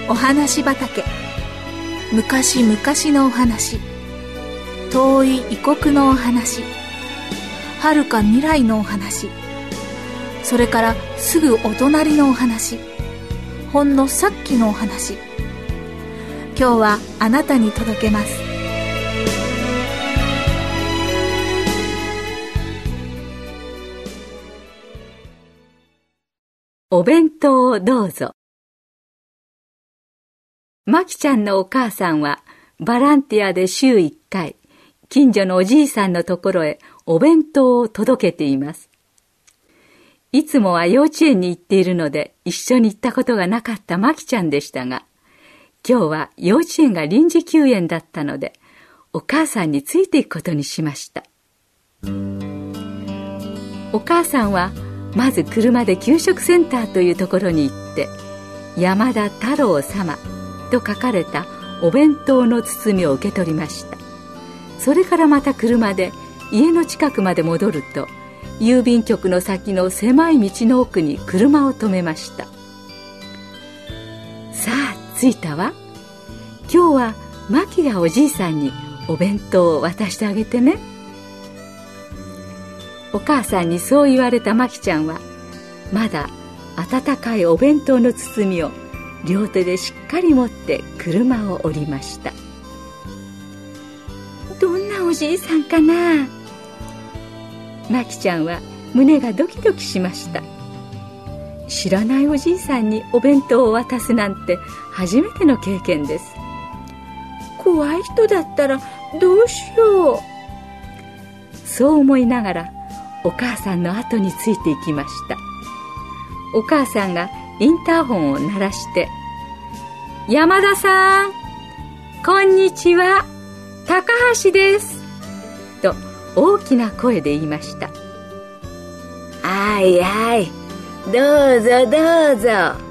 お話畑。昔々のお話、遠い異国のお話、遥か未来のお話、それからすぐお隣のお話、ほんのさっきのお話。今日はあなたに届けます。 お弁当をどうぞ。まきちゃんのお母さんはボランティアで週1回、近所のおじいさんのところへお弁当を届けています。いつもは幼稚園に行っているので一緒に行ったことがなかったまきちゃんでしたが、今日は幼稚園が臨時休園だったので、お母さんについていくことにしました。お母さんはまず車で給食センターというところに行って、山田太郎様と書かれたお弁当の包みを受け取りました。それからまた車で家の近くまで戻ると、郵便局の先の狭い道の奥に車を止めました。さあ着いたわ。今日はマキがおじいさんにお弁当を渡してあげてね。お母さんにそう言われたマキちゃんは、まだ温かいお弁当の包みを両手でしっかり持って車を降りました。どんなおじいさんかな。マキちゃんは胸がドキドキしました。知らないおじいさんにお弁当を渡すなんて初めての経験です。怖い人だったらどうしよう。そう思いながらお母さんの後についていきました。お母さんがインターホンを鳴らして、山田さん、こんにちは、高橋ですと大きな声で言いました。はいはい、どうぞどうぞ。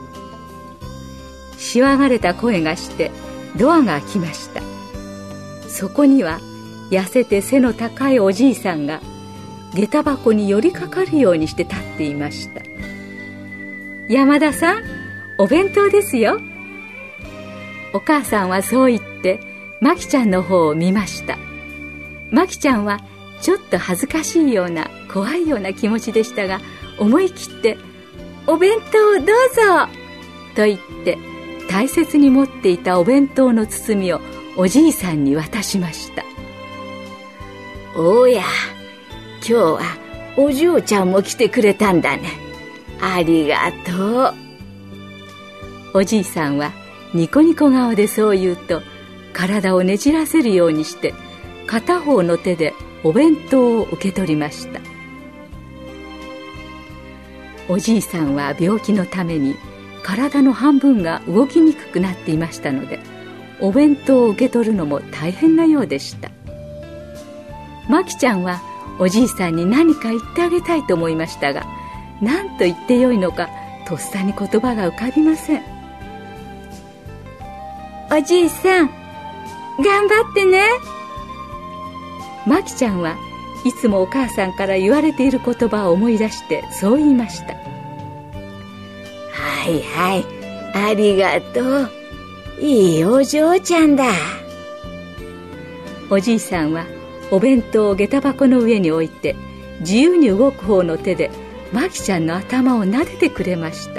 しわがれた声がしてドアが開きました。そこには痩せて背の高いおじいさんが下駄箱に寄りかかるようにして立っていました。山田さん、お弁当ですよ。お母さんはそう言ってマキちゃんの方を見ました。マキちゃんはちょっと恥ずかしいような怖いような気持ちでしたが、思い切ってお弁当をどうぞと言って大切に持っていたお弁当の包みをおじいさんに渡しました。おや、今日はお嬢ちゃんも来てくれたんだね。ありがとう。おじいさんはニコニコ顔でそう言うと、体をねじらせるようにして片方の手でお弁当を受け取りました。おじいさんは病気のために体の半分が動きにくくなっていましたので、お弁当を受け取るのも大変なようでした。マキちゃんはおじいさんに何か言ってあげたいと思いましたが、何と言ってよいのかとっさに言葉が浮かびません。おじいさん、頑張ってね。マキちゃんはいつもお母さんから言われている言葉を思い出してそう言いました。はいはい、ありがとう。いいお嬢ちゃんだ。おじいさんはお弁当を下駄箱の上に置いて、自由に動く方の手でマキちゃんの頭を撫でてくれました。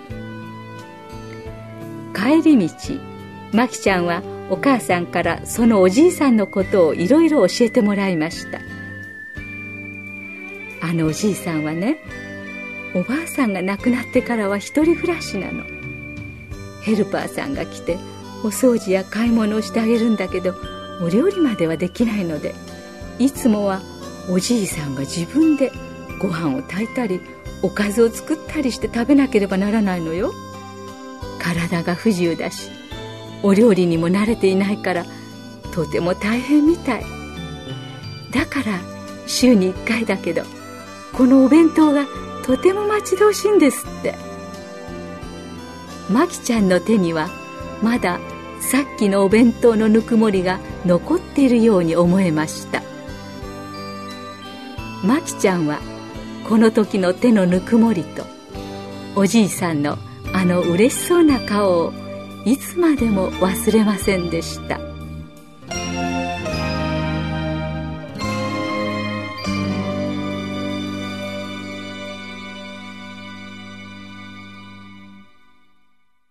帰り道、マキちゃんはお母さんからそのおじいさんのことをいろいろ教えてもらいました。あのおじいさんはね、おばあさんが亡くなってからは一人暮らしなの。ヘルパーさんが来てお掃除や買い物をしてあげるんだけど、お料理まではできないので、いつもはおじいさんが自分でご飯を炊いたりおかずを作ったりして食べなければならないのよ。体が不自由だし、お料理にも慣れていないからとても大変みたい。だから週に1回だけど、このお弁当がとても待ち遠しいんですって。マキちゃんの手にはまださっきのお弁当のぬくもりが残っているように思えました。マキちゃんはこの時の手のぬくもりとおじいさんのあの嬉しそうな顔をいつまでも忘れませんでした。